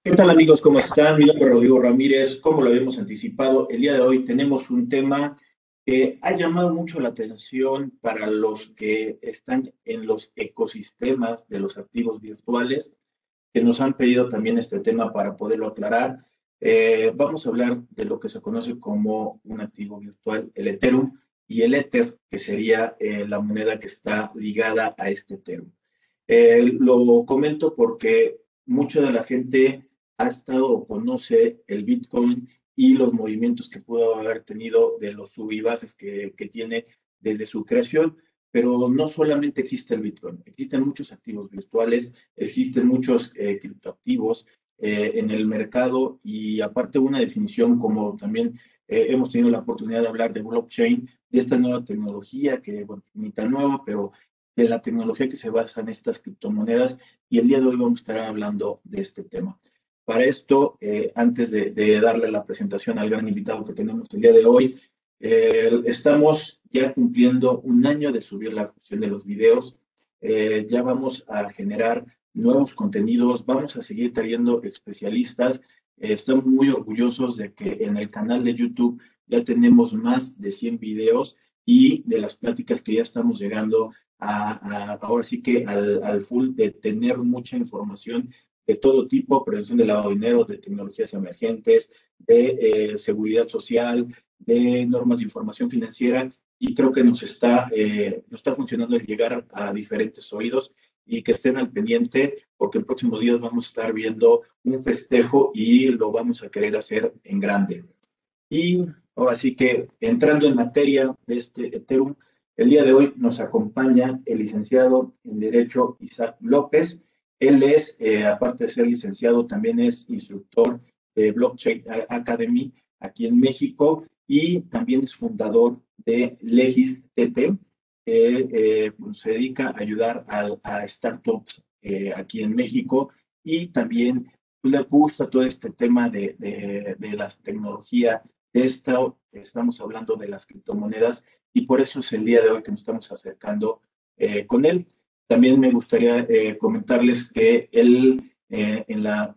¿Qué tal amigos? ¿Cómo están? Mi nombre es Rodrigo Ramírez. Como lo habíamos anticipado, el día de hoy tenemos un tema que ha llamado mucho la atención para los que están en los ecosistemas de los activos virtuales, que nos han pedido también este tema para poderlo aclarar. Vamos a hablar de lo que se conoce como un activo virtual, el Ethereum, y el Ether, que sería la moneda que está ligada a este Ethereum. Lo comento porque mucha de la gente ha estado o conoce el Bitcoin y los movimientos que pudo haber tenido de los sub y bajas que tiene desde su creación, pero no solamente existe el Bitcoin, existen muchos activos virtuales, existen muchos criptoactivos en el mercado y aparte una definición como también hemos tenido la oportunidad de hablar de blockchain, de esta nueva tecnología que, bueno, ni tan nueva, pero de la tecnología que se basa en estas criptomonedas y el día de hoy vamos a estar hablando de este tema. Para esto, antes de darle la presentación al gran invitado que tenemos el día de hoy, estamos ya cumpliendo un año de subir la función de los videos. Ya vamos a generar nuevos contenidos, vamos a seguir trayendo especialistas. Estamos muy orgullosos de que en el canal de YouTube ya tenemos más de 100 videos y de las pláticas que ya estamos llegando ahora sí que al full de tener mucha información de todo tipo, prevención del lavado de dinero, de tecnologías emergentes, de seguridad social, de normas de información financiera, y creo que nos está funcionando el llegar a diferentes oídos y que estén al pendiente, porque en próximos días vamos a estar viendo un festejo y lo vamos a querer hacer en grande. Y ahora sí que entrando en materia de este Ethereum, el día de hoy nos acompaña el licenciado en Derecho Isaac López. Él es, aparte de ser licenciado, también es instructor de Blockchain Academy aquí en México y también es fundador de Legis TT. Se dedica a ayudar a startups aquí en México y también le gusta todo este tema de la tecnología de esto estamos hablando de las criptomonedas y por eso es el día de hoy que nos estamos acercando con él. También me gustaría comentarles que él en la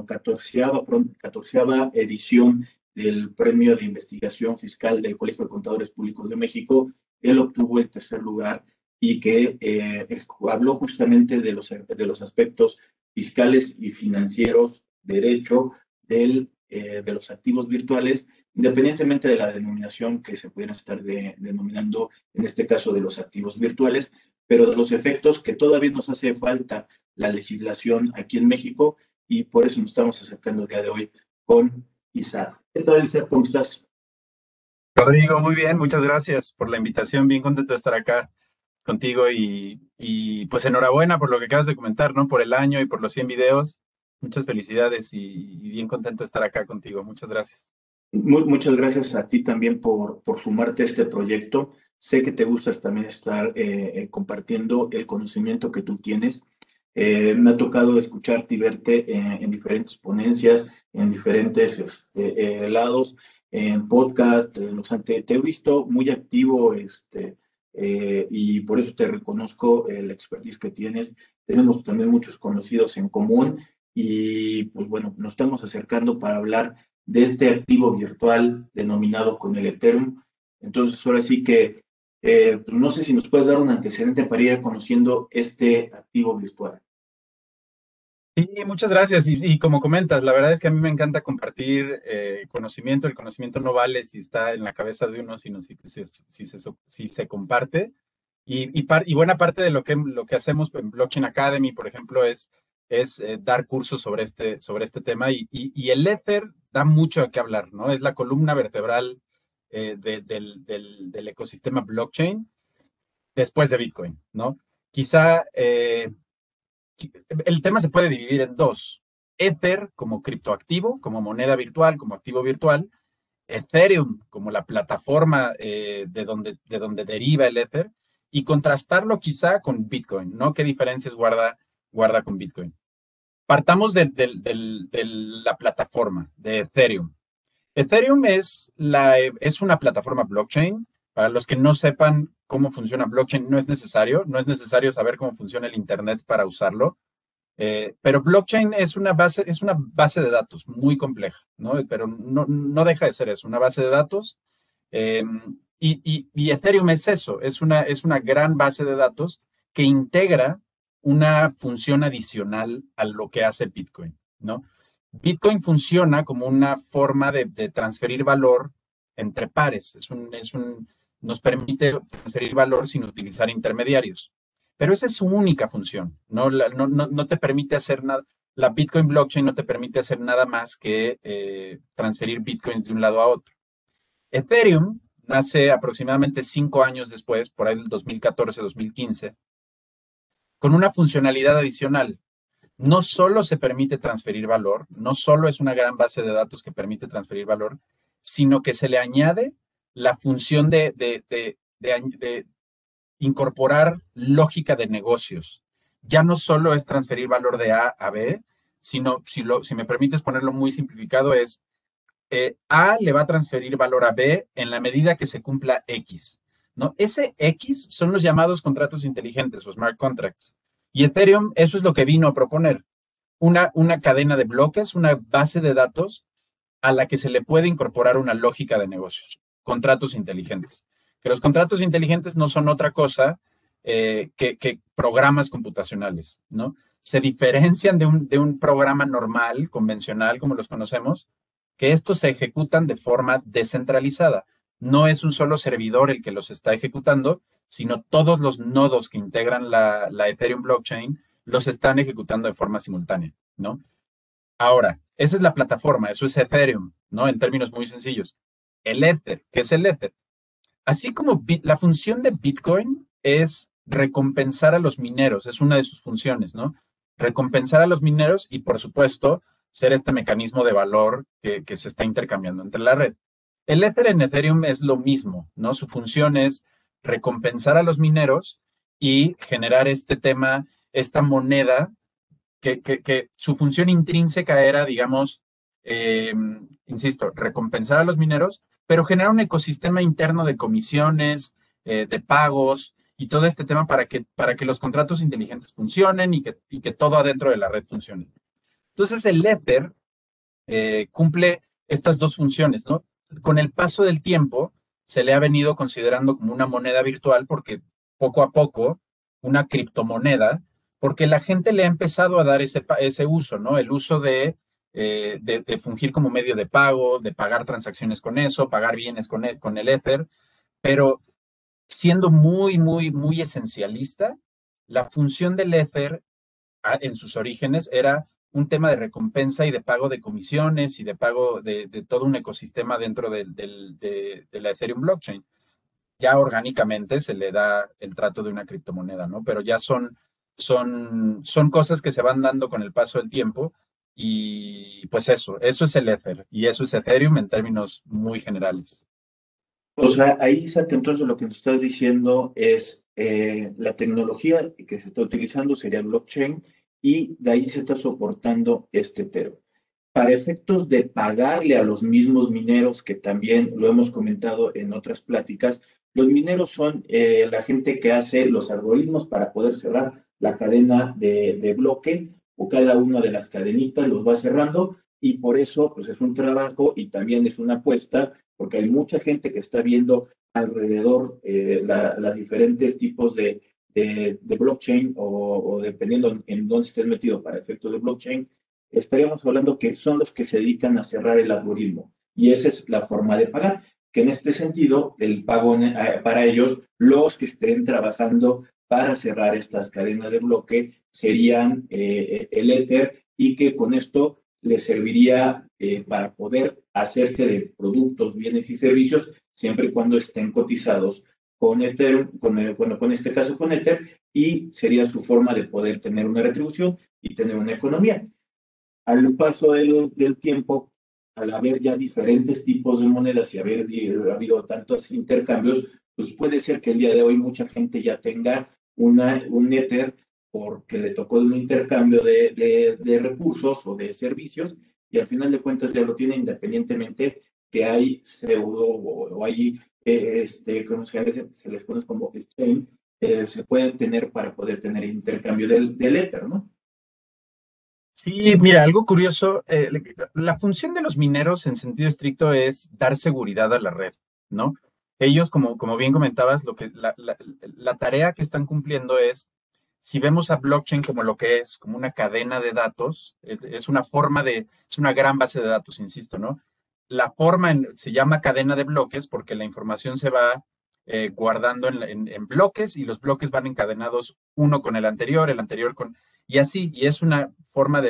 14ª edición del Premio de Investigación Fiscal del Colegio de Contadores Públicos de México, él obtuvo el tercer lugar y que habló justamente de los aspectos fiscales y financieros, derecho de los activos virtuales independientemente de la denominación que se pudieran estar denominando, en este caso de los activos virtuales, pero de los efectos que todavía nos hace falta la legislación aquí en México y por eso nos estamos acercando el día de hoy con Isaac. ¿Qué tal, Isaac? ¿Cómo estás? Rodrigo, muy bien, muchas gracias por la invitación, bien contento de estar acá contigo pues enhorabuena por lo que acabas de comentar, ¿no? Por el año y por los 100 videos. Muchas felicidades y bien contento de estar acá contigo. Muchas gracias. Muchas gracias a ti también por sumarte a este proyecto. Sé que te gusta también estar compartiendo el conocimiento que tú tienes. Me ha tocado escucharte y verte en diferentes ponencias, en diferentes lados, en podcast. Te he visto muy activo y por eso te reconozco la expertise que tienes. Tenemos también muchos conocidos en común y pues bueno, nos estamos acercando para hablar de este activo virtual denominado con el Ethereum. Entonces, ahora sí que, pues no sé si nos puedes dar un antecedente para ir conociendo este activo virtual. Sí, muchas gracias. Y como comentas, la verdad es que a mí me encanta compartir conocimiento. El conocimiento no vale si está en la cabeza de uno, sino si se comparte. Y buena parte de lo que hacemos en Blockchain Academy, por ejemplo, es dar cursos sobre este tema. Y el Ether da mucho de qué hablar, ¿no? Es la columna vertebral del ecosistema blockchain después de Bitcoin, ¿no? Quizá el tema se puede dividir en dos. Ether como criptoactivo, como moneda virtual, como activo virtual. Ethereum como la plataforma de donde deriva el Ether y contrastarlo quizá con Bitcoin, ¿no? ¿Qué diferencias guarda con Bitcoin? Partamos de la plataforma de Ethereum. Ethereum es una plataforma blockchain. Para los que no sepan cómo funciona blockchain, no es necesario saber cómo funciona el Internet para usarlo. Pero blockchain es una base de datos muy compleja, ¿no? Pero no deja de ser eso, una base de datos. eh, y Ethereum es eso, es una gran base de datos que integra una función adicional a lo que hace Bitcoin, ¿no? Bitcoin funciona como una forma de transferir valor entre pares. Nos permite transferir valor sin utilizar intermediarios. Pero esa es su única función. No te permite hacer nada. La Bitcoin blockchain no te permite hacer nada más que transferir Bitcoin de un lado a otro. Ethereum nace aproximadamente 5 años después, por ahí del 2014-2015, con una funcionalidad adicional. No solo se permite transferir valor, no solo es una gran base de datos que permite transferir valor, sino que se le añade la función de incorporar lógica de negocios. Ya no solo es transferir valor de A a B, sino, si me permites ponerlo muy simplificado, es A le va a transferir valor a B en la medida que se cumpla X, ¿no? Ese X son los llamados contratos inteligentes o smart contracts. Y Ethereum, eso es lo que vino a proponer. Una cadena de bloques, una base de datos a la que se le puede incorporar una lógica de negocios, contratos inteligentes. Que los contratos inteligentes no son otra cosa que programas computacionales, ¿no? Se diferencian de un programa normal, convencional, como los conocemos, que estos se ejecutan de forma descentralizada. No es un solo servidor el que los está ejecutando, sino todos los nodos que integran la Ethereum blockchain los están ejecutando de forma simultánea, ¿no? Ahora, esa es la plataforma, eso es Ethereum, ¿no? En términos muy sencillos. El Ether, ¿qué es el Ether? Así como la función de Bitcoin es recompensar a los mineros, es una de sus funciones, ¿no? Recompensar a los mineros y, por supuesto, ser este mecanismo de valor que se está intercambiando entre la red. El Ether en Ethereum es lo mismo, ¿no? Su función es recompensar a los mineros y generar este tema, esta moneda que su función intrínseca era, digamos, eh, insisto, recompensar a los mineros, pero generar un ecosistema interno de comisiones, de pagos y todo este tema para que los contratos inteligentes funcionen y que todo adentro de la red funcione. Entonces, el Ether cumple estas dos funciones, ¿no? Con el paso del tiempo, se le ha venido considerando como una moneda virtual porque poco a poco, una criptomoneda, porque la gente le ha empezado a dar ese uso, ¿no? El uso de fungir como medio de pago, de pagar transacciones con eso, pagar bienes con el Ether, pero siendo muy esencialista, la función del Ether en sus orígenes era un tema de recompensa y de pago de comisiones y de pago de todo un ecosistema dentro de la Ethereum blockchain. Ya orgánicamente se le da el trato de una criptomoneda, ¿no? Pero ya son cosas que se van dando con el paso del tiempo y pues eso es el Ether y eso es Ethereum en términos muy generales. O sea, ahí, Isaac, entonces lo que nos estás diciendo es la tecnología que se está utilizando sería blockchain y de ahí se está soportando este Ethereum. Para efectos de pagarle a los mismos mineros, que también lo hemos comentado en otras pláticas, los mineros son la gente que hace los algoritmos para poder cerrar la cadena de bloque o cada una de las cadenitas los va cerrando y por eso pues es un trabajo y también es una apuesta porque hay mucha gente que está viendo alrededor las diferentes tipos de blockchain o dependiendo en dónde estés metido para efectos de blockchain, estaríamos hablando que son los que se dedican a cerrar el algoritmo y esa es la forma de pagar, que en este sentido el pago para ellos, los que estén trabajando para cerrar estas cadenas de bloque serían el Ether y que con esto les serviría para poder hacerse de productos, bienes y servicios siempre y cuando estén cotizados con Ethereum, bueno, con este caso con Ether, y sería su forma de poder tener una retribución y tener una economía. Al paso del tiempo, al haber ya diferentes tipos de monedas y haber habido tantos intercambios, pues puede ser que el día de hoy mucha gente ya tenga un Ether porque le tocó un intercambio de recursos o de servicios y al final de cuentas ya lo tiene independientemente que hay pseudo o hay, como se les conoce como exchange, se pueden tener para poder tener intercambio del Ether, ¿no? Sí, mira, algo curioso, la función de los mineros en sentido estricto es dar seguridad a la red, ¿no? Ellos, como bien comentabas, la tarea que están cumpliendo es, si vemos a blockchain como lo que es, como una cadena de datos, es una es una gran base de datos, insisto, ¿no? Se llama cadena de bloques porque la información se va guardando en bloques y los bloques van encadenados uno con el anterior con y así, y es una forma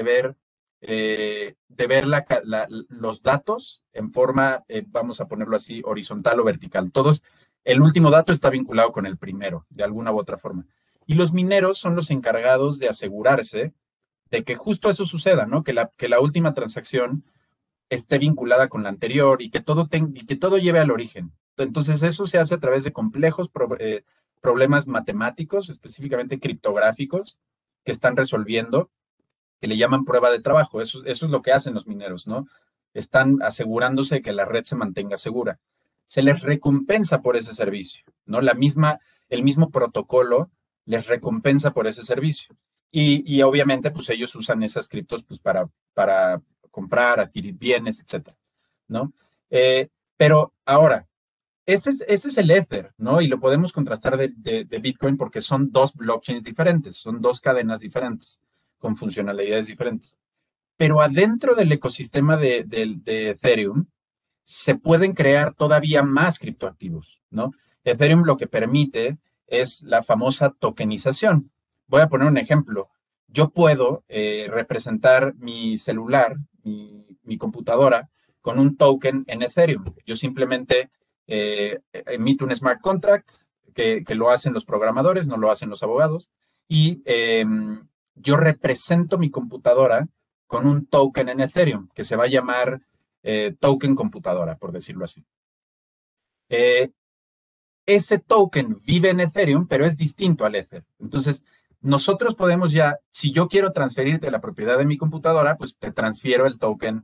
de ver los datos en forma, vamos a ponerlo así, horizontal o vertical. El último dato está vinculado con el primero, de alguna u otra forma. Y los mineros son los encargados de asegurarse de que justo eso suceda, ¿no? Que la última transacción esté vinculada con la anterior y que todo lleve al origen. Entonces, eso se hace a través de problemas matemáticos, específicamente criptográficos, que están resolviendo, que le llaman prueba de trabajo. Eso es lo que hacen los mineros, ¿no? Están asegurándose de que la red se mantenga segura. Se les recompensa por ese servicio, ¿no? El mismo protocolo les recompensa por ese servicio. Y obviamente, pues ellos usan esas criptos pues, para comprar, adquirir bienes, etcétera, ¿no? Pero ahora, ese es el Ether, ¿no? Y lo podemos contrastar de Bitcoin porque son dos blockchains diferentes, son dos cadenas diferentes, con funcionalidades diferentes. Pero adentro del ecosistema de Ethereum se pueden crear todavía más criptoactivos, ¿no? Ethereum lo que permite es la famosa tokenización. Voy a poner un ejemplo. Yo puedo representar mi celular, mi computadora, con un token en Ethereum. Yo simplemente emito un smart contract que lo hacen los programadores, no lo hacen los abogados, y yo represento mi computadora con un token en Ethereum que se va a llamar token computadora, por decirlo así. Eh, Ese token vive en Ethereum, pero es distinto al Ether. Entonces, nosotros podemos ya, si yo quiero transferirte la propiedad de mi computadora, pues te transfiero el token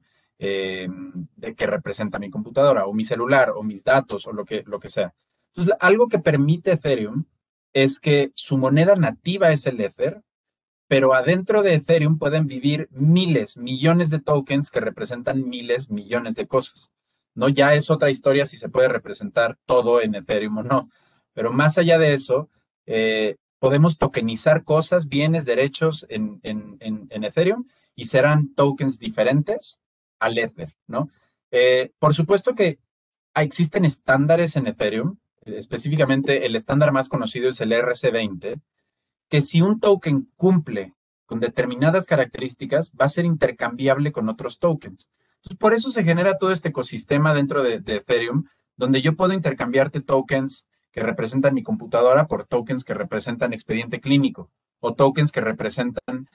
que representa mi computadora, o mi celular, o mis datos, o lo que sea. Entonces, algo que permite Ethereum es que su moneda nativa es el Ether, pero adentro de Ethereum pueden vivir miles, millones de tokens que representan miles, millones de cosas. ¿No? Ya es otra historia si se puede representar todo en Ethereum o no. Pero más allá de eso, podemos tokenizar cosas, bienes, derechos en Ethereum y serán tokens diferentes al Ether, ¿no? Por supuesto que existen estándares en Ethereum, específicamente el estándar más conocido es el RC20, que si un token cumple con determinadas características, va a ser intercambiable con otros tokens. Entonces, por eso se genera todo este ecosistema dentro de Ethereum, donde yo puedo intercambiarte tokens que representan mi computadora por tokens que representan expediente clínico o tokens que representan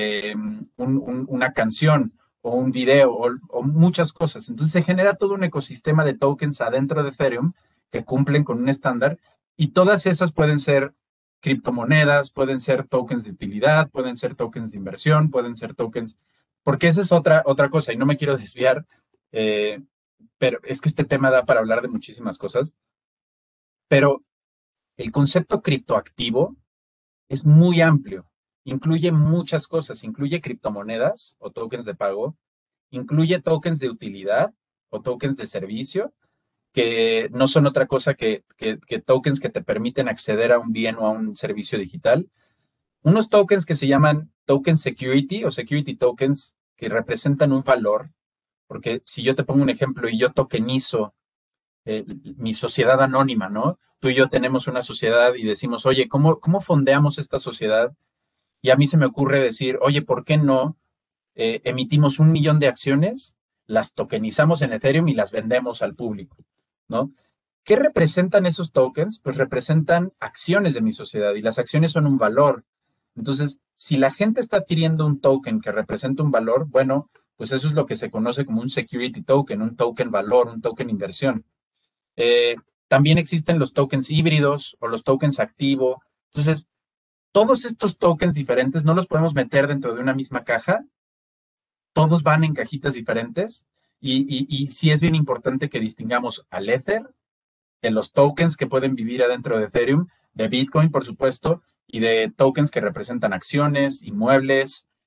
una canción o un video o muchas cosas. Entonces se genera todo un ecosistema de tokens adentro de Ethereum que cumplen con un estándar y todas esas pueden ser criptomonedas, pueden ser tokens de utilidad, pueden ser tokens de inversión, pueden ser tokens, porque esa es otra cosa y no me quiero desviar, eh, pero es que este tema da para hablar de muchísimas cosas, pero el concepto criptoactivo es muy amplio, incluye muchas cosas, incluye criptomonedas o tokens de pago, incluye tokens de utilidad o tokens de servicio, que no son otra cosa que tokens que te permiten acceder a un bien o a un servicio digital, unos tokens que se llaman token security o security tokens que representan un valor, porque si yo te pongo un ejemplo y yo tokenizo mi sociedad anónima, ¿no? Tú y yo tenemos una sociedad y decimos, oye, ¿cómo fondeamos esta sociedad? Y a mí se me ocurre decir, oye, ¿por qué no emitimos 1 millón de acciones, las tokenizamos en Ethereum y las vendemos al público, ¿no? ¿Qué representan esos tokens? Pues representan acciones de mi sociedad y las acciones son un valor. Entonces, si la gente está adquiriendo un token que representa un valor, bueno, pues eso es lo que se conoce como un security token, un token valor, un token inversión. Eh, También existen los tokens híbridos o los tokens activo. Entonces, todos estos tokens diferentes no los podemos meter dentro de una misma caja, todos van en cajitas diferentes y sí es bien importante que distingamos al Ether de los tokens que pueden vivir adentro de Ethereum, de Bitcoin, por supuesto, y de tokens que representan acciones, inmuebles,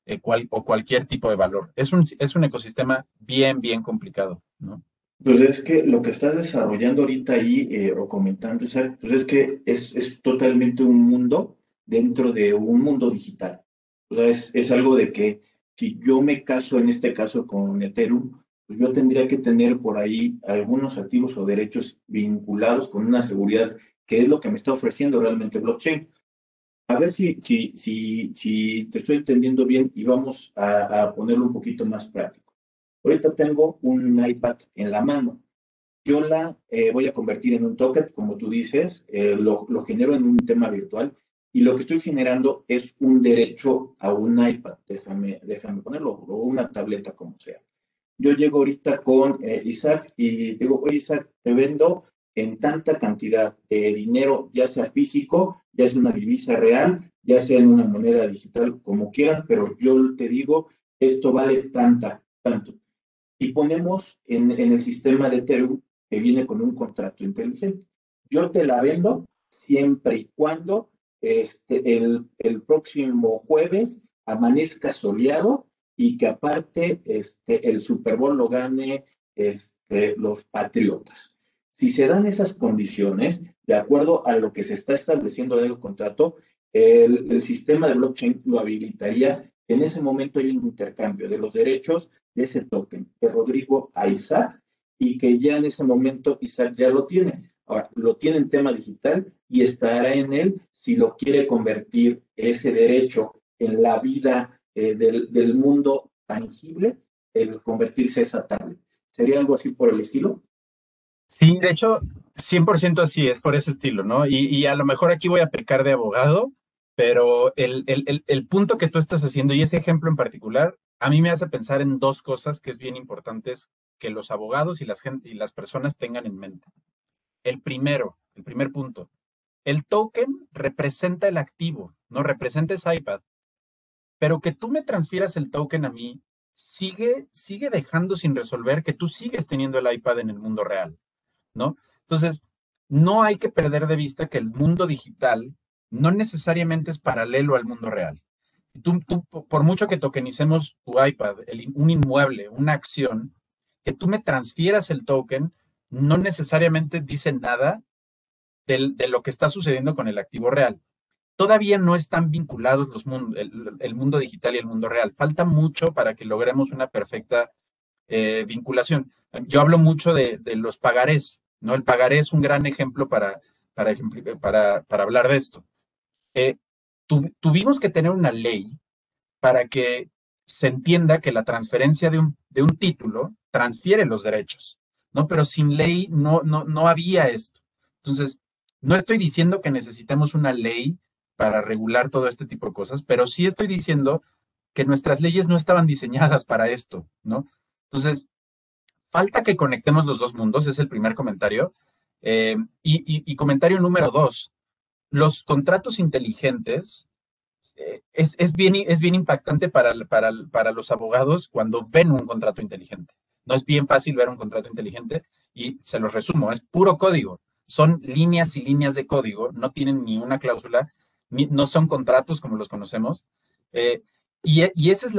o cualquier tipo de valor. Es un ecosistema bien complicado, ¿no? Pues es que lo que estás desarrollando ahorita ahí o comentando, Isaac, pues es que es totalmente un mundo dentro de un mundo digital. O sea, es algo de que si yo me caso en este caso con Ethereum, pues yo tendría que tener por ahí algunos activos o derechos vinculados con una seguridad que es lo que me está ofreciendo realmente blockchain. A ver si te estoy entendiendo bien y vamos a ponerlo un poquito más práctico. Ahorita tengo un iPad en la mano. Yo la voy a convertir en un token, como tú dices, lo genero en un tema virtual y lo que estoy generando es un derecho a un iPad, déjame ponerlo, o una tableta, como sea. Yo llego ahorita con Isaac y digo, oye Isaac, te vendo en tanta cantidad de dinero, ya sea físico, ya sea una divisa real, ya sea en una moneda digital, como quieran, pero yo te digo, esto vale tanto. Y ponemos en el sistema de Ethereum que viene con un contrato inteligente. Yo te la vendo siempre y cuando el próximo jueves amanezca soleado y que aparte el Super Bowl lo gane los Patriotas. Si se dan esas condiciones, de acuerdo a lo que se está estableciendo en el contrato, el sistema de blockchain lo habilitaría. En ese momento hay un intercambio de los derechos de ese token de Rodrigo a Isaac y que ya en ese momento Isaac ya lo tiene. Ahora, lo tiene en tema digital y estará en él si lo quiere convertir ese derecho en la vida del mundo tangible, el convertirse a esa tablet. ¿Sería algo así por el estilo? Sí, de hecho, 100% así es por ese estilo, ¿no? Y a lo mejor aquí voy a pecar de abogado, pero el punto que tú estás haciendo y ese ejemplo en particular, a mí me hace pensar en dos cosas que es bien importantes que los abogados y las personas tengan en mente. El primer punto, el token representa el activo, no representa ese iPad, pero que tú me transfieras el token a mí, sigue dejando sin resolver que tú sigues teniendo el iPad en el mundo real, ¿no? Entonces, no hay que perder de vista que el mundo digital no necesariamente es paralelo al mundo real. Por mucho que tokenicemos tu iPad, un inmueble, una acción, que tú me transfieras el token, no necesariamente dice nada de lo que está sucediendo con el activo real. Todavía no están vinculados el mundo digital y el mundo real. Falta mucho para que logremos una perfecta vinculación. Yo hablo mucho de los pagarés, ¿no? El pagaré es un gran ejemplo para hablar de esto. Eh, Tuvimos que tener una ley para que se entienda que la transferencia de un título transfiere los derechos, ¿no? Pero sin ley no había esto. Entonces, no estoy diciendo que necesitemos una ley para regular todo este tipo de cosas, pero sí estoy diciendo que nuestras leyes no estaban diseñadas para esto, ¿no? Entonces, falta que conectemos los dos mundos, es el primer comentario. Y comentario número dos, los contratos inteligentes es bien impactante para los abogados cuando ven un contrato inteligente. No es bien fácil ver un contrato inteligente y se los resumo, es puro código. Son líneas y líneas de código, no tienen ni una cláusula, no son contratos como los conocemos. Eh, y esa es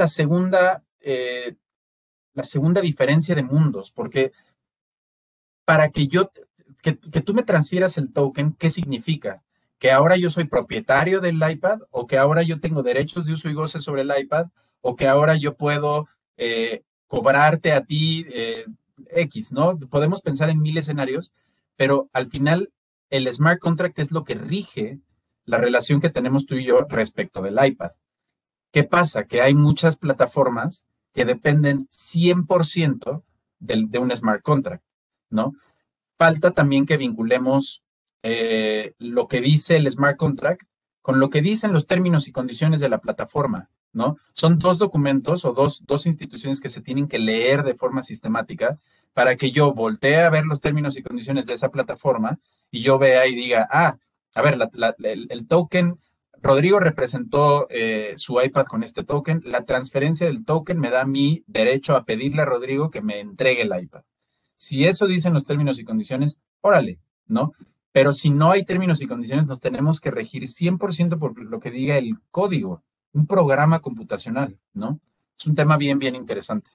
la segunda diferencia de mundos, porque para que tú me transfieras el token, ¿qué significa? ¿Que ahora yo soy propietario del iPad o que ahora yo tengo derechos de uso y goce sobre el iPad o que ahora yo puedo cobrarte a ti X, ¿no? Podemos pensar en mil escenarios, pero al final el smart contract es lo que rige la relación que tenemos tú y yo respecto del iPad. ¿Qué pasa? Que hay muchas plataformas que dependen 100% de un smart contract, ¿no? Falta también que vinculemos lo que dice el smart contract con lo que dicen los términos y condiciones de la plataforma, ¿no? Son dos documentos o dos instituciones que se tienen que leer de forma sistemática para que yo voltee a ver los términos y condiciones de esa plataforma y yo vea y diga, a ver, el token, Rodrigo representó su iPad con este token, la transferencia del token me da mi derecho a pedirle a Rodrigo que me entregue el iPad. Si eso dicen los términos y condiciones, órale, ¿no? Pero si no hay términos y condiciones, nos tenemos que regir 100% por lo que diga el código un programa computacional, ¿no? Es un tema bien, bien interesante.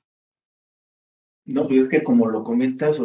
No, pues es que como lo comentas,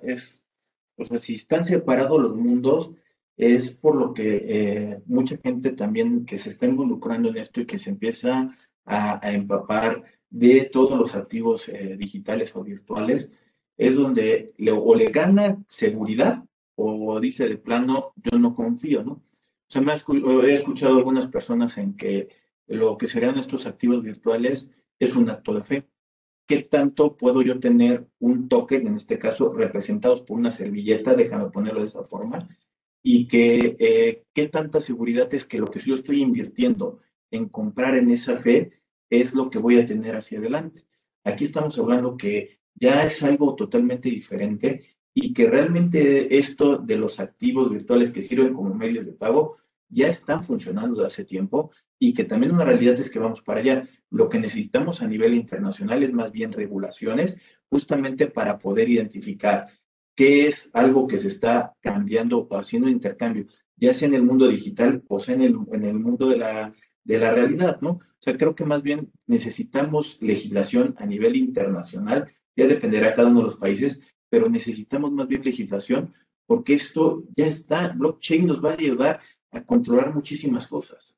o sea, si están separados los mundos, es por lo que mucha gente también que se está involucrando en esto y que se empieza a empapar de todos los activos digitales o virtuales, es donde o le gana seguridad o dice de plano, yo no confío, ¿no? O sea, he escuchado algunas personas en que lo que serían estos activos virtuales es un acto de fe. ¿Qué tanto puedo yo tener un token, en este caso representados por una servilleta, déjame ponerlo de esa forma, y que qué tanta seguridad es que lo que yo estoy invirtiendo en comprar en esa fe es lo que voy a tener hacia adelante? Aquí estamos hablando que ya es algo totalmente diferente y que realmente esto de los activos virtuales que sirven como medios de pago ya están funcionando de hace tiempo y que también una realidad es que vamos para allá. Lo que necesitamos a nivel internacional es más bien regulaciones, justamente para poder identificar qué es algo que se está cambiando o haciendo intercambio, ya sea en el mundo digital o sea en el mundo de la realidad, ¿no? O sea, creo que más bien necesitamos legislación a nivel internacional, ya dependerá cada uno de los países, pero necesitamos más bien legislación porque esto ya está, blockchain nos va a ayudar a controlar muchísimas cosas.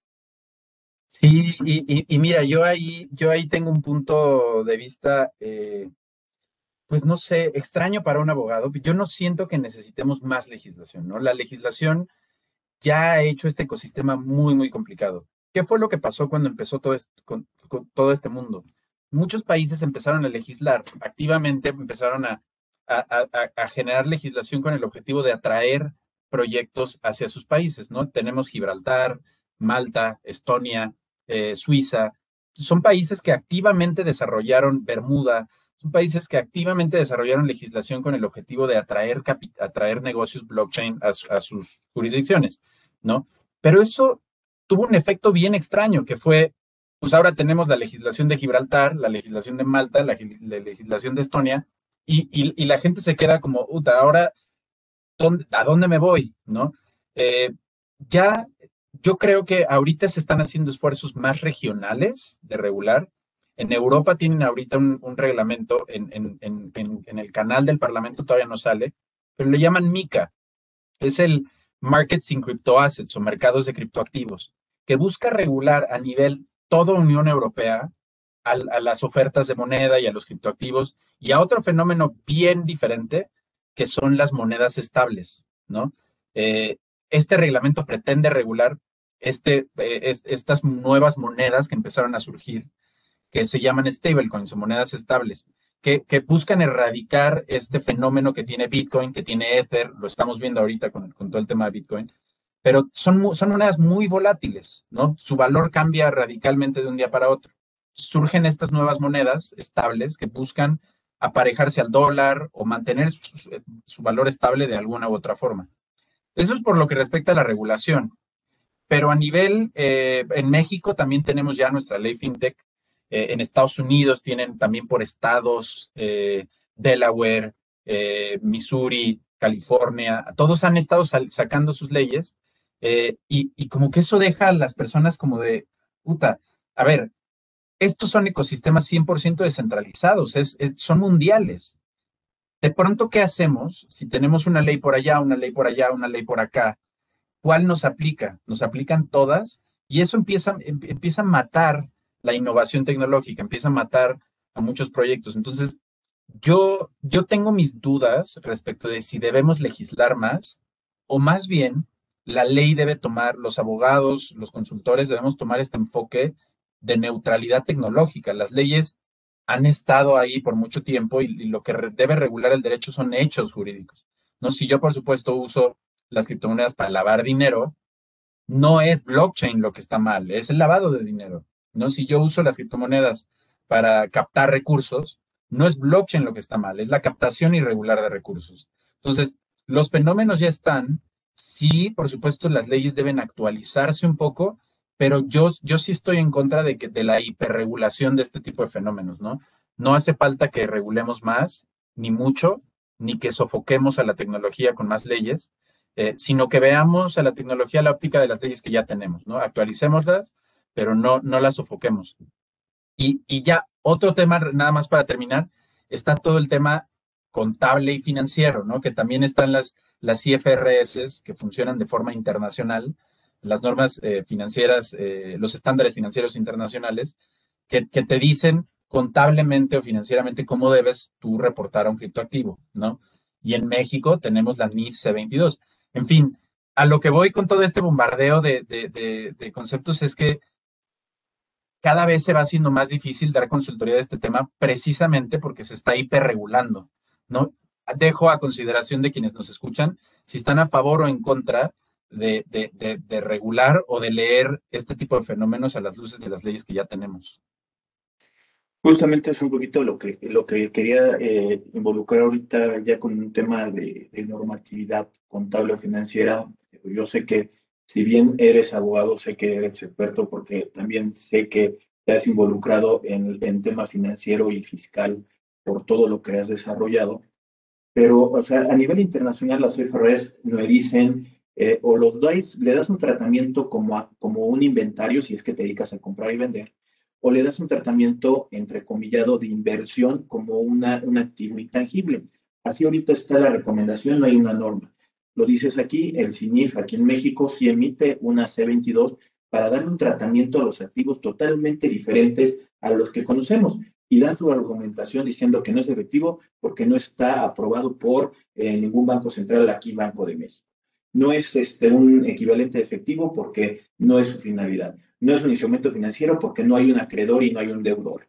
Sí, y mira, yo ahí tengo un punto de vista, pues no sé, extraño para un abogado. Yo no siento que necesitemos más legislación, ¿no? La legislación ya ha hecho este ecosistema muy, muy complicado. ¿Qué fue lo que pasó cuando empezó con todo este mundo? Muchos países empezaron a legislar activamente, empezaron a generar legislación con el objetivo de atraer proyectos hacia sus países, ¿no? Tenemos Gibraltar, Malta, Estonia, Suiza. Son países que activamente desarrollaron Bermuda, son países que activamente desarrollaron legislación con el objetivo de atraer negocios blockchain a sus jurisdicciones, ¿no? Pero eso tuvo un efecto bien extraño, que fue, pues ahora tenemos la legislación de Gibraltar, la legislación de Malta, la legislación de Estonia, y la gente se queda como, puta, ahora, ¿a dónde me voy? ¿No? Eh, ya, yo creo que ahorita se están haciendo esfuerzos más regionales de regular. En Europa tienen ahorita un reglamento, en el canal del Parlamento todavía no sale, pero le llaman MiCA, es el Markets in Crypto Assets o mercados de criptoactivos, que busca regular a nivel toda Unión Europea a las ofertas de moneda y a los criptoactivos y a otro fenómeno bien diferente que son las monedas estables, ¿no? Eh, este reglamento pretende regular estas nuevas monedas que empezaron a surgir que se llaman stablecoins o monedas estables, que buscan erradicar este fenómeno que tiene Bitcoin, que tiene Ether, lo estamos viendo ahorita con todo el tema de Bitcoin, pero son monedas muy volátiles, ¿no? Su valor cambia radicalmente de un día para otro. Surgen estas nuevas monedas estables que buscan aparejarse al dólar o mantener su valor estable de alguna u otra forma. Eso es por lo que respecta a la regulación. Pero a nivel, en México también tenemos ya nuestra ley FinTech. En Estados Unidos tienen también por estados, Delaware, Missouri, California, todos han estado sacando sus leyes y como que eso deja a las personas como de, puta, a ver, estos son ecosistemas 100% descentralizados, son mundiales. De pronto, ¿qué hacemos si tenemos una ley por allá, una ley por allá, una ley por acá? ¿Cuál nos aplica? Nos aplican todas y eso empieza a matar la innovación tecnológica, empieza a matar a muchos proyectos. Entonces, yo tengo mis dudas respecto de si debemos legislar más o más bien la ley debe tomar, los abogados, los consultores debemos tomar este enfoque de neutralidad tecnológica. Las leyes han estado ahí por mucho tiempo y lo que debe regular el derecho son hechos jurídicos. ¿No? Si yo, por supuesto, uso las criptomonedas para lavar dinero, no es blockchain lo que está mal, es el lavado de dinero. ¿No? Si yo uso las criptomonedas para captar recursos, no es blockchain lo que está mal, es la captación irregular de recursos. Entonces, los fenómenos ya están. Sí, por supuesto, las leyes deben actualizarse un poco, pero yo sí estoy en contra de la hiperregulación de este tipo de fenómenos, ¿no? No hace falta que regulemos más, ni mucho, ni que sofoquemos a la tecnología con más leyes, sino que veamos a la tecnología la óptica de las leyes que ya tenemos, ¿no? Actualicémoslas, pero no la sofoquemos. Y ya, otro tema, nada más para terminar, está todo el tema contable y financiero, ¿no? Que también están las IFRS que funcionan de forma internacional, las normas financieras, los estándares financieros internacionales, que te dicen contablemente o financieramente cómo debes tú reportar a un criptoactivo, ¿no? Y en México tenemos la NIF C22. En fin, a lo que voy con todo este bombardeo de conceptos es que cada vez se va haciendo más difícil dar consultoría de este tema precisamente porque se está hiperregulando, ¿no? Dejo a consideración de quienes nos escuchan si están a favor o en contra de regular o de leer este tipo de fenómenos a las luces de las leyes que ya tenemos. Justamente es un poquito lo que quería involucrar ahorita ya con un tema de normatividad contable o financiera. Yo sé que si bien eres abogado, sé que eres experto porque también sé que te has involucrado en tema financiero y fiscal por todo lo que has desarrollado. Pero, o sea, a nivel internacional las IFRS me dicen, o los dais, le das un tratamiento como un inventario, si es que te dedicas a comprar y vender, o le das un tratamiento, entrecomillado, de inversión como un activo intangible. Así ahorita está la recomendación, no hay una norma. Lo dices aquí, el CINIF aquí en México sí emite una C22 para darle un tratamiento a los activos totalmente diferentes a los que conocemos y dan su argumentación diciendo que no es efectivo porque no está aprobado por ningún banco central, aquí Banco de México. No es un equivalente de efectivo porque no es su finalidad. No es un instrumento financiero porque no hay un acreedor y no hay un deudor.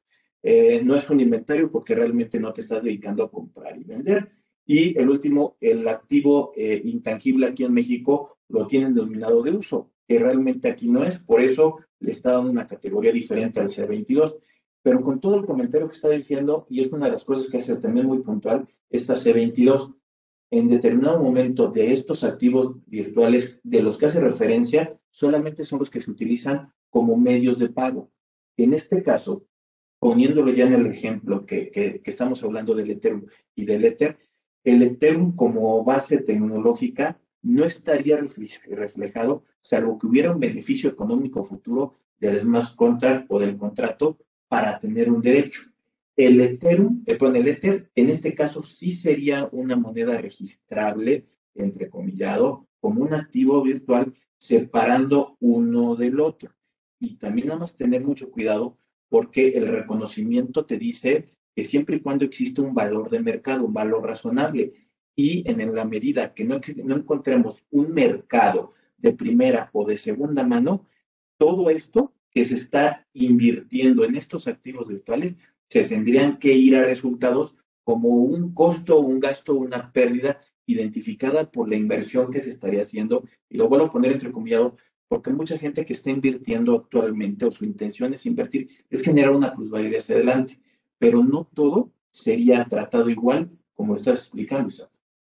No es un inventario porque realmente no te estás dedicando a comprar y vender. Y el último, el activo intangible aquí en México lo tienen denominado de uso, que realmente aquí no es, por eso le está dando una categoría diferente al C22. Pero con todo el comentario que está diciendo, y es una de las cosas que hace también muy puntual, esta C22, en determinado momento de estos activos virtuales de los que hace referencia, solamente son los que se utilizan como medios de pago. En este caso, poniéndolo ya en el ejemplo que estamos hablando del Ethereum y del Ether, el Ethereum como base tecnológica no estaría reflejado, salvo que hubiera un beneficio económico futuro del smart contract o del contrato para tener un derecho. El Ethereum, el Ether, en este caso sí sería una moneda registrable, entrecomillado, como un activo virtual, separando uno del otro. Y también nada más tener mucho cuidado porque el reconocimiento te dice que siempre y cuando existe un valor de mercado, un valor razonable, y en la medida que no encontremos un mercado de primera o de segunda mano, todo esto que se está invirtiendo en estos activos virtuales se tendrían que ir a resultados como un costo, un gasto, una pérdida identificada por la inversión que se estaría haciendo. Y lo vuelvo a poner entrecomillado porque mucha gente que está invirtiendo actualmente o su intención es invertir, es generar una plusvalía hacia adelante, pero no todo sería tratado igual como lo estás explicando, Isaac.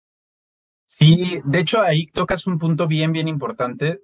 Sí, de hecho ahí tocas un punto bien importante,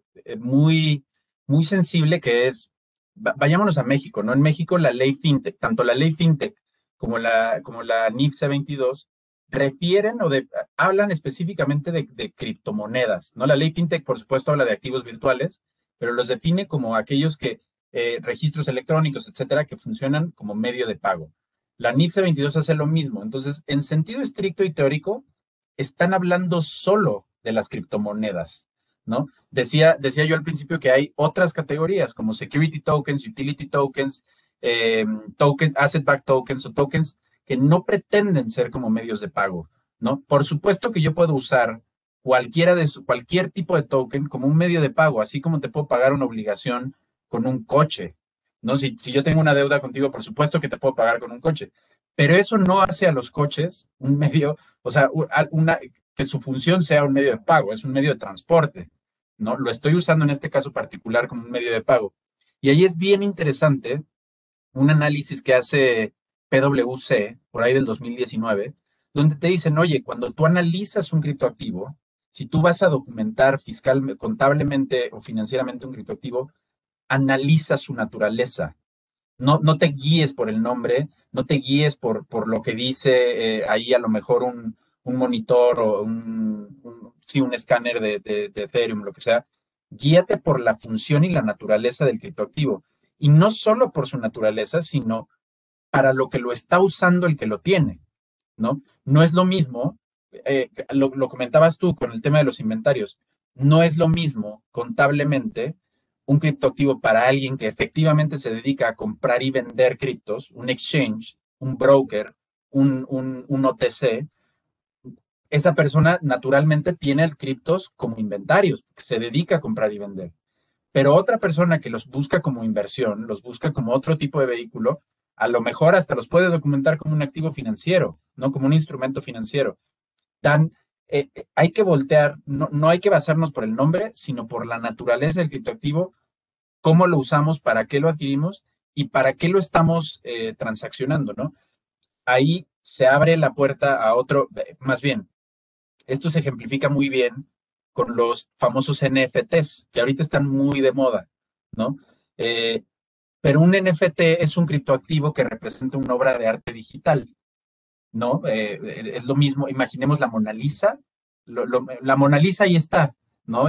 muy sensible, que es, vayámonos a México, ¿no? En México la ley FinTech, tanto la ley FinTech como la NIF C22 refieren hablan específicamente de criptomonedas, ¿no? La ley FinTech, por supuesto, habla de activos virtuales, pero los define como aquellos registros electrónicos, etcétera, que funcionan como medio de pago. La NIF C22 hace lo mismo. Entonces, en sentido estricto y teórico, están hablando solo de las criptomonedas, ¿no? Decía yo al principio que hay otras categorías como security tokens, utility tokens, asset-backed tokens o tokens que no pretenden ser como medios de pago, ¿no? Por supuesto que yo puedo usar cualquier tipo de token como un medio de pago, así como te puedo pagar una obligación con un coche, ¿no? Si yo tengo una deuda contigo, por supuesto que te puedo pagar con un coche, pero eso no hace a los coches un medio, o sea, que su función sea un medio de pago, es un medio de transporte, ¿no? Lo estoy usando en este caso particular como un medio de pago. Y ahí es bien interesante un análisis que hace PwC, por ahí del 2019, donde te dicen, oye, cuando tú analizas un criptoactivo, si tú vas a documentar fiscal, contablemente o financieramente un criptoactivo, analiza su naturaleza. No te guíes por el nombre, no te guíes por lo que dice ahí a lo mejor un monitor o sí, un escáner de Ethereum, lo que sea. Guíate por la función y la naturaleza del criptoactivo. Y no solo por su naturaleza, sino para lo que lo está usando el que lo tiene, ¿no? No es lo mismo, lo comentabas tú con el tema de los inventarios, no es lo mismo contablemente un criptoactivo para alguien que efectivamente se dedica a comprar y vender criptos, un exchange, un broker, un OTC. Esa persona naturalmente tiene criptos como inventarios, se dedica a comprar y vender. Pero otra persona que los busca como inversión, los busca como otro tipo de vehículo, a lo mejor hasta los puede documentar como un activo financiero, ¿no? Como un instrumento financiero. Dan, hay que voltear, no hay que basarnos por el nombre, sino por la naturaleza del criptoactivo, cómo lo usamos, para qué lo adquirimos y para qué lo estamos transaccionando, ¿no? Ahí se abre la puerta a otro, más bien, esto se ejemplifica muy bien con los famosos NFTs, que ahorita están muy de moda, ¿no? Eh, pero un NFT es un criptoactivo que representa una obra de arte digital, ¿no? Es lo mismo, imaginemos la Mona Lisa, la Mona Lisa ahí está, ¿no?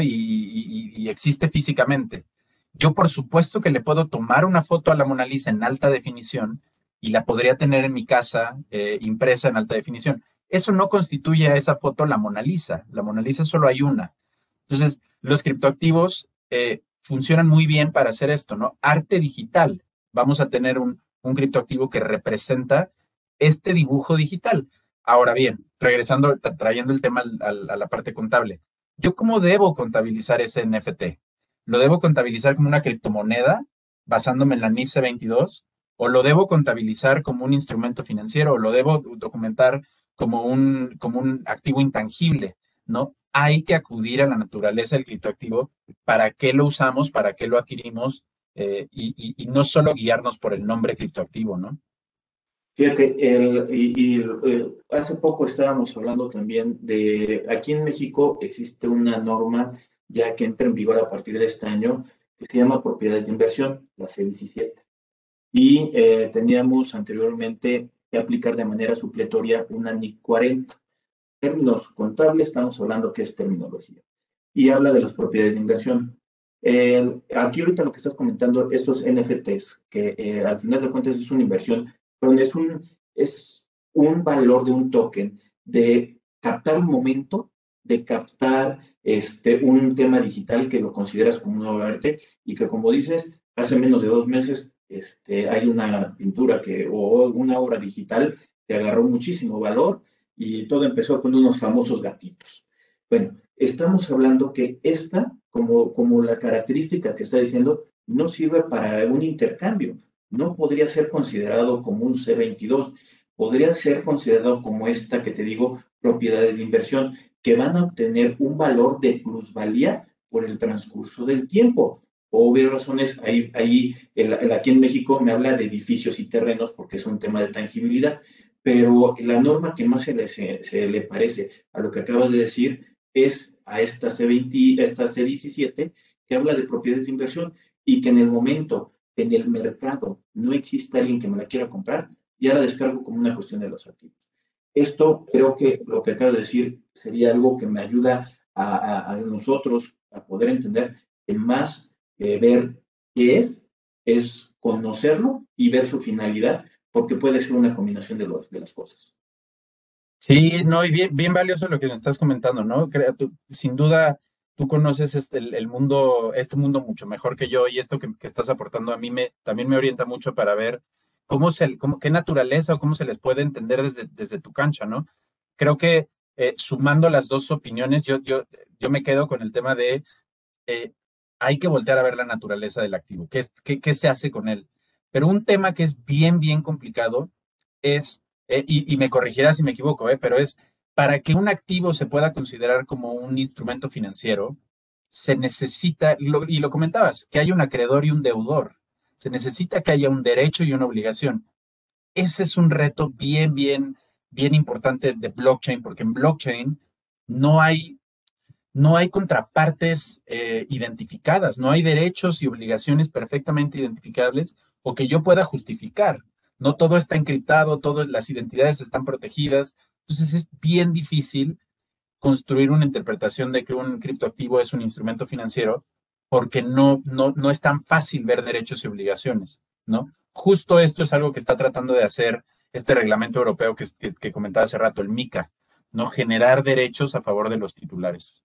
Y existe físicamente. Yo, por supuesto, que le puedo tomar una foto a la Mona Lisa en alta definición y la podría tener en mi casa impresa en alta definición. Eso no constituye a esa foto la Mona Lisa. La Mona Lisa solo hay una. Entonces, los criptoactivos funcionan muy bien para hacer esto, ¿no? Arte digital. Vamos a tener un criptoactivo que representa este dibujo digital. Ahora bien, regresando, trayendo el tema a la parte contable, ¿yo cómo debo contabilizar ese NFT? ¿Lo debo contabilizar como una criptomoneda basándome en la NIF 22? ¿O lo debo contabilizar como un instrumento financiero? ¿O lo debo documentar como un activo intangible? ¿No? Hay que acudir a la naturaleza del criptoactivo, para qué lo usamos, para qué lo adquirimos, y no solo guiarnos por el nombre criptoactivo, ¿no? Fíjate, hace poco estábamos hablando también de, aquí en México existe una norma ya que entra en vigor a partir de este año, que se llama propiedades de inversión, la C17. Y teníamos anteriormente que aplicar de manera supletoria una NIC 40. Términos contables, estamos hablando que es terminología. Y habla de las propiedades de inversión. Aquí ahorita lo que estás comentando, estos NFTs, que al final de cuentas es una inversión, pero es un valor de un token, de captar un momento, de captar un tema digital que lo consideras como una obra de arte y que, como dices, hace menos de 2 meses hay una pintura o una obra digital que agarró muchísimo valor y todo empezó con unos famosos gatitos. Bueno, estamos hablando que esta, como la característica que está diciendo, no sirve para un intercambio. No podría ser considerado como un C22, podría ser considerado como esta que te digo, propiedades de inversión, que van a obtener un valor de plusvalía por el transcurso del tiempo. Obvias razones, aquí en México me habla de edificios y terrenos porque es un tema de tangibilidad, pero la norma que más se le parece a lo que acabas de decir es a esta C20, esta C17, que habla de propiedades de inversión y que en el momento en el mercado no existe alguien que me la quiera comprar, ya la descargo como una cuestión de los activos. Esto creo que lo que acabo de decir sería algo que me ayuda a nosotros a poder entender que más ver qué es conocerlo y ver su finalidad, porque puede ser una combinación de las cosas. Sí, no, y bien, bien valioso lo que me estás comentando, ¿no? Sin duda, tú conoces el mundo, este mundo mucho mejor que yo, y esto que estás aportando a mí también me orienta mucho para ver qué naturaleza o cómo se les puede entender desde tu cancha, ¿no? Creo que sumando las dos opiniones, yo me quedo con el tema de eh, hay que voltear a ver la naturaleza del activo, qué se hace con él. Pero un tema que es bien, bien complicado es, y me corregirás si me equivoco, pero es para que un activo se pueda considerar como un instrumento financiero, se necesita, y lo comentabas, que haya un acreedor y un deudor. Se necesita que haya un derecho y una obligación. Ese es un reto bien, bien, bien importante de blockchain, porque en blockchain no hay no hay contrapartes identificadas, no hay derechos y obligaciones perfectamente identificables o que yo pueda justificar. No todo está encriptado, todas las identidades están protegidas. Entonces es bien difícil construir una interpretación de que un criptoactivo es un instrumento financiero porque no es tan fácil ver derechos y obligaciones, ¿no? Justo esto es algo que está tratando de hacer este reglamento europeo que comentaba hace rato, el MiCA, ¿no? Generar derechos a favor de los titulares.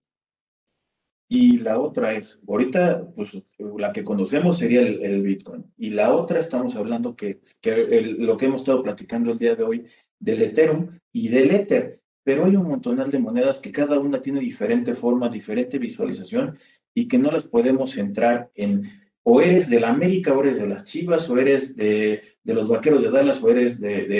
Y la otra es, ahorita, pues la que conocemos sería el Bitcoin. Y la otra estamos hablando lo que hemos estado platicando el día de hoy del Ethereum y del Ether. Pero hay un montonal de monedas que cada una tiene diferente forma, diferente visualización y que no las podemos centrar en o eres de la América, o eres de las Chivas, o eres de los Vaqueros de Dallas, o eres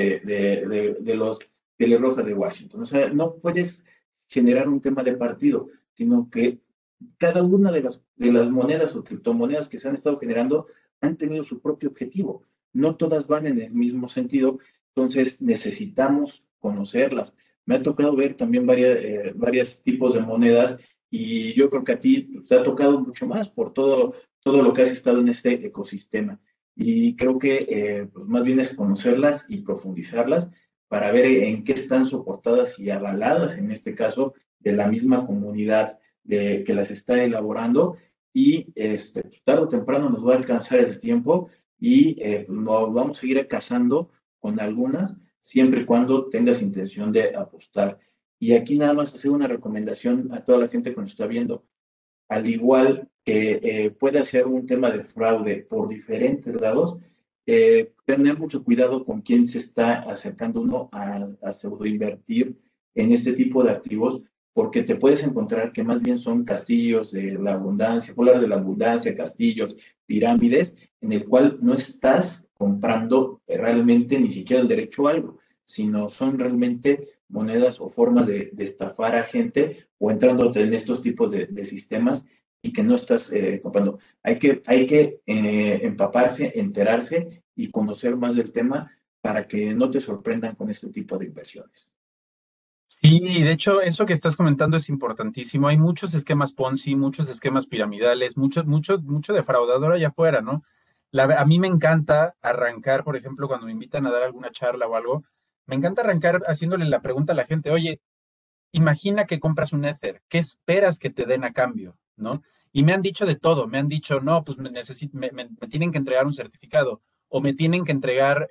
de los Pieles Rojas de Washington. O sea, no puedes generar un tema de partido, sino que cada una de las monedas o criptomonedas que se han estado generando han tenido su propio objetivo. No todas van en el mismo sentido, entonces necesitamos conocerlas. Me ha tocado ver también varios tipos de monedas y yo creo que a ti te ha tocado mucho más por todo lo que has estado en este ecosistema. Y creo que pues más bien es conocerlas y profundizarlas para ver en qué están soportadas y avaladas, en este caso, de la misma comunidad que las está elaborando y pues, tarde o temprano nos va a alcanzar el tiempo y nos vamos a seguir casando con algunas, siempre y cuando tengas intención de apostar. Y aquí nada más hacer una recomendación a toda la gente que nos está viendo. Al igual que puede ser un tema de fraude por diferentes lados, tener mucho cuidado con quién se está acercando uno a pseudo invertir en este tipo de activos, porque te puedes encontrar que más bien son castillos de la abundancia, polar de la abundancia, castillos, pirámides, en el cual no estás comprando realmente ni siquiera el derecho a algo, sino son realmente monedas o formas de estafar a gente o entrando en estos tipos de sistemas y que no estás comprando. Hay que empaparse, enterarse y conocer más del tema para que no te sorprendan con este tipo de inversiones. Sí, de hecho, eso que estás comentando es importantísimo. Hay muchos esquemas Ponzi, muchos esquemas piramidales, mucho defraudador allá afuera, ¿no? A mí me encanta arrancar, por ejemplo, cuando me invitan a dar alguna charla o algo, me encanta arrancar haciéndole la pregunta a la gente, oye, imagina que compras un Ether, ¿qué esperas que te den a cambio? ¿No? Y me han dicho de todo, me han dicho, no, pues me tienen que entregar un certificado, o me tienen que entregar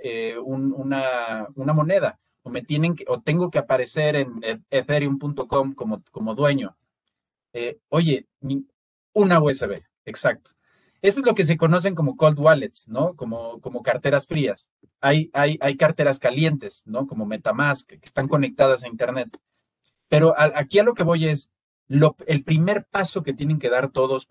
una moneda, o tengo que aparecer en ethereum.com como dueño. Oye, una USB, exacto. Eso es lo que se conocen como cold wallets, ¿no? Como carteras frías. Hay carteras calientes, ¿no? Como MetaMask, que están conectadas a Internet. Pero aquí a lo que voy es, el primer paso que tienen que dar todos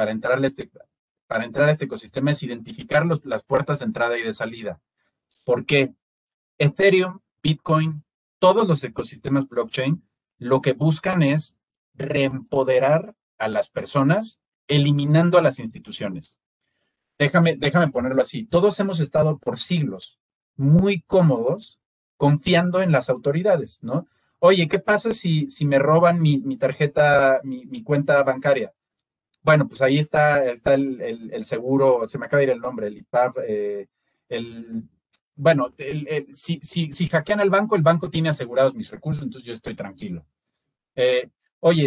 para entrar a este ecosistema es identificar las puertas de entrada y de salida. ¿Por qué? Ethereum, Bitcoin, todos los ecosistemas blockchain, lo que buscan es reempoderar a las personas, eliminando a las instituciones. Déjame ponerlo así. Todos hemos estado por siglos muy cómodos confiando en las autoridades, ¿no? Oye, ¿qué pasa si me roban mi tarjeta, mi cuenta bancaria? Bueno, pues ahí está el seguro, se me acaba de ir el nombre, el IPAB, el, bueno, si hackean el banco tiene asegurados mis recursos, entonces yo estoy tranquilo. Oye,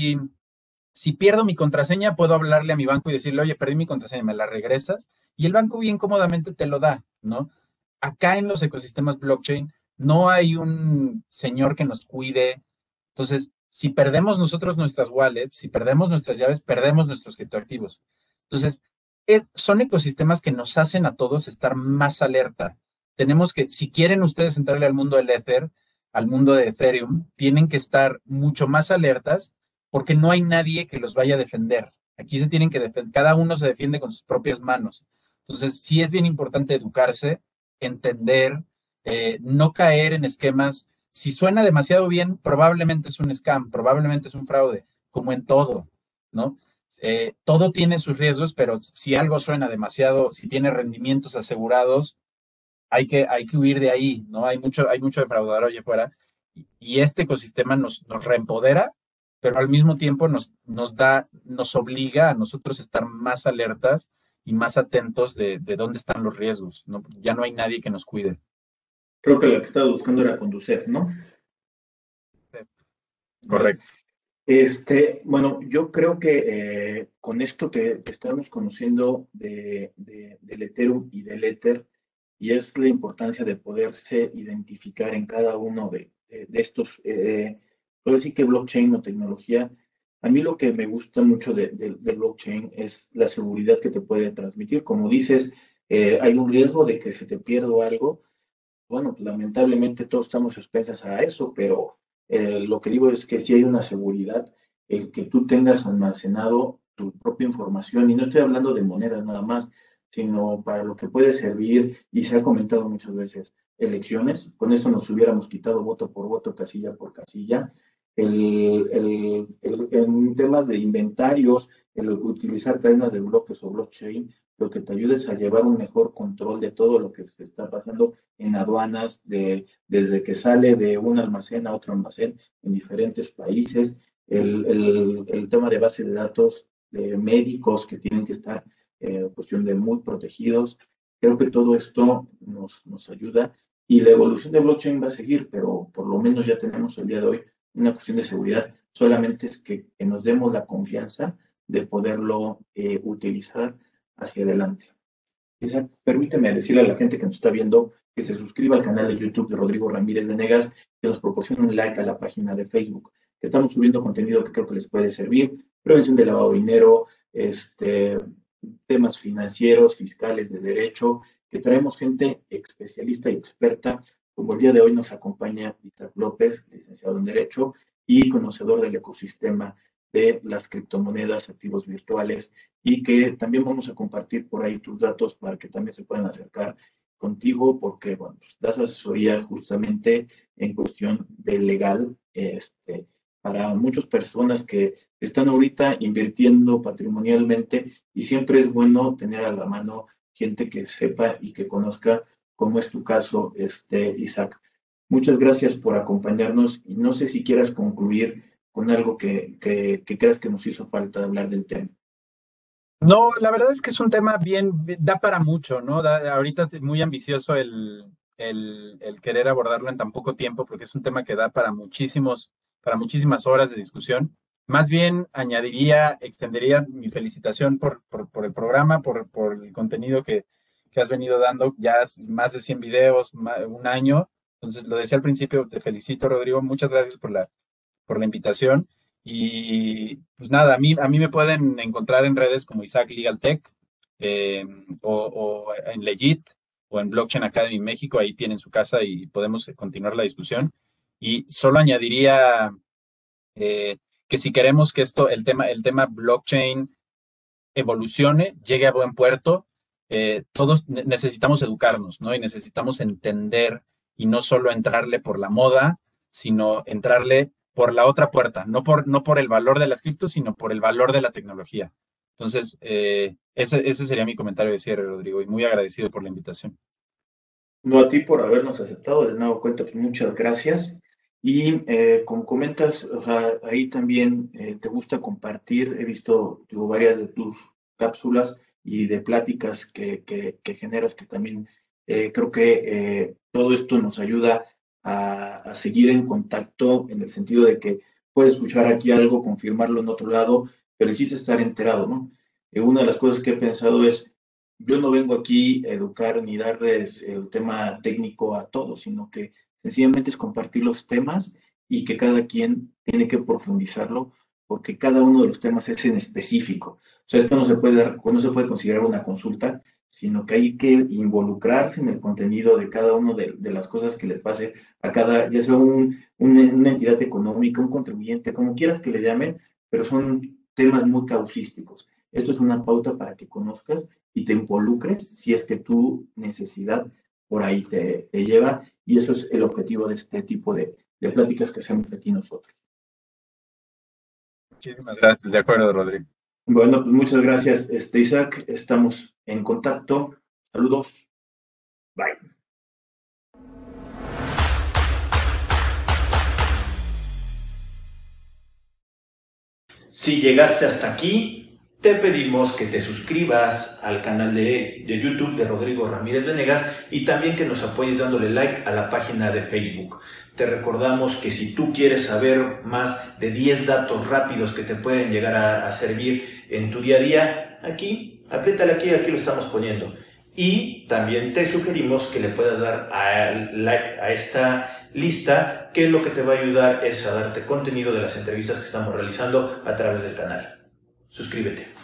si pierdo mi contraseña, puedo hablarle a mi banco y decirle, oye, perdí mi contraseña, ¿me la regresas? Y el banco bien cómodamente te lo da, ¿no? Acá en los ecosistemas blockchain no hay un señor que nos cuide. Entonces, si perdemos nosotros nuestras wallets, si perdemos nuestras llaves, perdemos nuestros criptoactivos. Entonces, son ecosistemas que nos hacen a todos estar más alerta. Tenemos que, si quieren ustedes entrarle al mundo del Ether, al mundo de Ethereum, tienen que estar mucho más alertas porque no hay nadie que los vaya a defender. Aquí se tienen que defender, cada uno se defiende con sus propias manos. Entonces, sí es bien importante educarse, entender, no caer en esquemas. Si suena demasiado bien, probablemente es un scam, probablemente es un fraude, como en todo, ¿no? Todo tiene sus riesgos, pero si algo suena demasiado, si tiene rendimientos asegurados, hay que huir de ahí, ¿no? Hay mucho defraudador allá afuera y este ecosistema nos reempodera, pero al mismo tiempo nos obliga a nosotros estar más alertas y más atentos de dónde están los riesgos, ¿no? Ya no hay nadie que nos cuide. Creo que la que estaba buscando era Conducef, ¿no? Correcto. Bueno, yo creo que con esto que estamos conociendo del Ethereum y del Ether, y es la importancia de poderse identificar en cada uno de estos, puedo decir que blockchain o tecnología, a mí lo que me gusta mucho de blockchain es la seguridad que te puede transmitir. Como dices, hay un riesgo de que se te pierda algo. Bueno, pues, lamentablemente todos estamos expensas a eso, pero lo que digo es que si hay una seguridad, el que tú tengas almacenado tu propia información, y no estoy hablando de monedas nada más, sino para lo que puede servir, y se ha comentado muchas veces, elecciones, con eso nos hubiéramos quitado voto por voto, casilla por casilla. En temas de inventarios, el utilizar cadenas de bloques o blockchain, lo que te ayuda es a llevar un mejor control de todo lo que se está pasando en aduanas, desde que sale de un almacén a otro almacén en diferentes países, el tema de base de datos de médicos que tienen que estar cuestión de muy protegidos. Creo que todo esto nos ayuda y la evolución de blockchain va a seguir, pero por lo menos ya tenemos el día de hoy una cuestión de seguridad. Solamente es que nos demos la confianza de poderlo utilizar hacia adelante. Quizá permíteme decirle a la gente que nos está viendo que se suscriba al canal de YouTube de Rodrigo Ramírez Venegas, que nos proporcione un like a la página de Facebook, que estamos subiendo contenido que creo que les puede servir, prevención de lavado de dinero, temas financieros, fiscales, de derecho, que traemos gente especialista y experta, como el día de hoy nos acompaña Isaac López, licenciado en Derecho y conocedor del ecosistema de las criptomonedas, activos virtuales, y que también vamos a compartir por ahí tus datos para que también se puedan acercar contigo, porque bueno, pues, das asesoría justamente en cuestión de legal, para muchas personas que están ahorita invirtiendo patrimonialmente, y siempre es bueno tener a la mano gente que sepa y que conozca, como es tu caso, Isaac. Muchas gracias por acompañarnos y no sé si quieras concluir con algo que creas que nos hizo falta hablar del tema. No, la verdad es que es un tema da para mucho, ¿no? Ahorita es muy ambicioso el querer abordarlo en tan poco tiempo, porque es un tema que da para muchísimas horas de discusión. Más bien añadiría, extendería mi felicitación por el programa, por el contenido que has venido dando, ya más de 100 videos, un año. Entonces, lo decía al principio, te felicito, Rodrigo, muchas gracias por la invitación. Y pues nada, a mí me pueden encontrar en redes como Isaac Legal Tech, o en Legit o en Blockchain Academy México. Ahí tienen su casa y podemos continuar la discusión. Y solo añadiría eh, que si queremos que el tema blockchain evolucione, llegue a buen puerto, todos necesitamos educarnos, ¿no? Y necesitamos entender y no solo entrarle por la moda, sino entrarle por la otra puerta, no por el valor de las criptos, sino por el valor de la tecnología. Entonces, ese sería mi comentario de cierre, Rodrigo, y muy agradecido por la invitación. No a ti por habernos aceptado, de nuevo cuenta, pues muchas gracias. Y como comentas, o sea, ahí también te gusta compartir, he visto digo, varias de tus cápsulas y de pláticas que generas, que también creo que todo esto nos ayuda a seguir en contacto en el sentido de que puedes escuchar aquí algo, confirmarlo en otro lado, pero el chiste es estar enterado, ¿no? Una de las cosas que he pensado es, yo no vengo aquí a educar ni darles el tema técnico a todos, sino que sencillamente es compartir los temas y que cada quien tiene que profundizarlo, porque cada uno de los temas es en específico. O sea, esto no se puede considerar una consulta, sino que hay que involucrarse en el contenido de cada una de las cosas que le pase a cada, ya sea una entidad económica, un contribuyente, como quieras que le llamen, pero son temas muy causísticos. Esto es una pauta para que conozcas y te involucres si es que tu necesidad por ahí te lleva, y eso es el objetivo de este tipo de pláticas que hacemos aquí nosotros. Muchísimas gracias, de acuerdo, Rodrigo. Bueno, pues muchas gracias, Isaac. Estamos en contacto. Saludos. Bye. Si llegaste hasta aquí, te pedimos que te suscribas al canal de YouTube de Rodrigo Ramírez Venegas y también que nos apoyes dándole like a la página de Facebook. Te recordamos que si tú quieres saber más de 10 datos rápidos que te pueden llegar a servir en tu día a día, aquí, apriétale aquí lo estamos poniendo. Y también te sugerimos que le puedas dar like a esta lista, que lo que te va a ayudar es a darte contenido de las entrevistas que estamos realizando a través del canal. Suscríbete.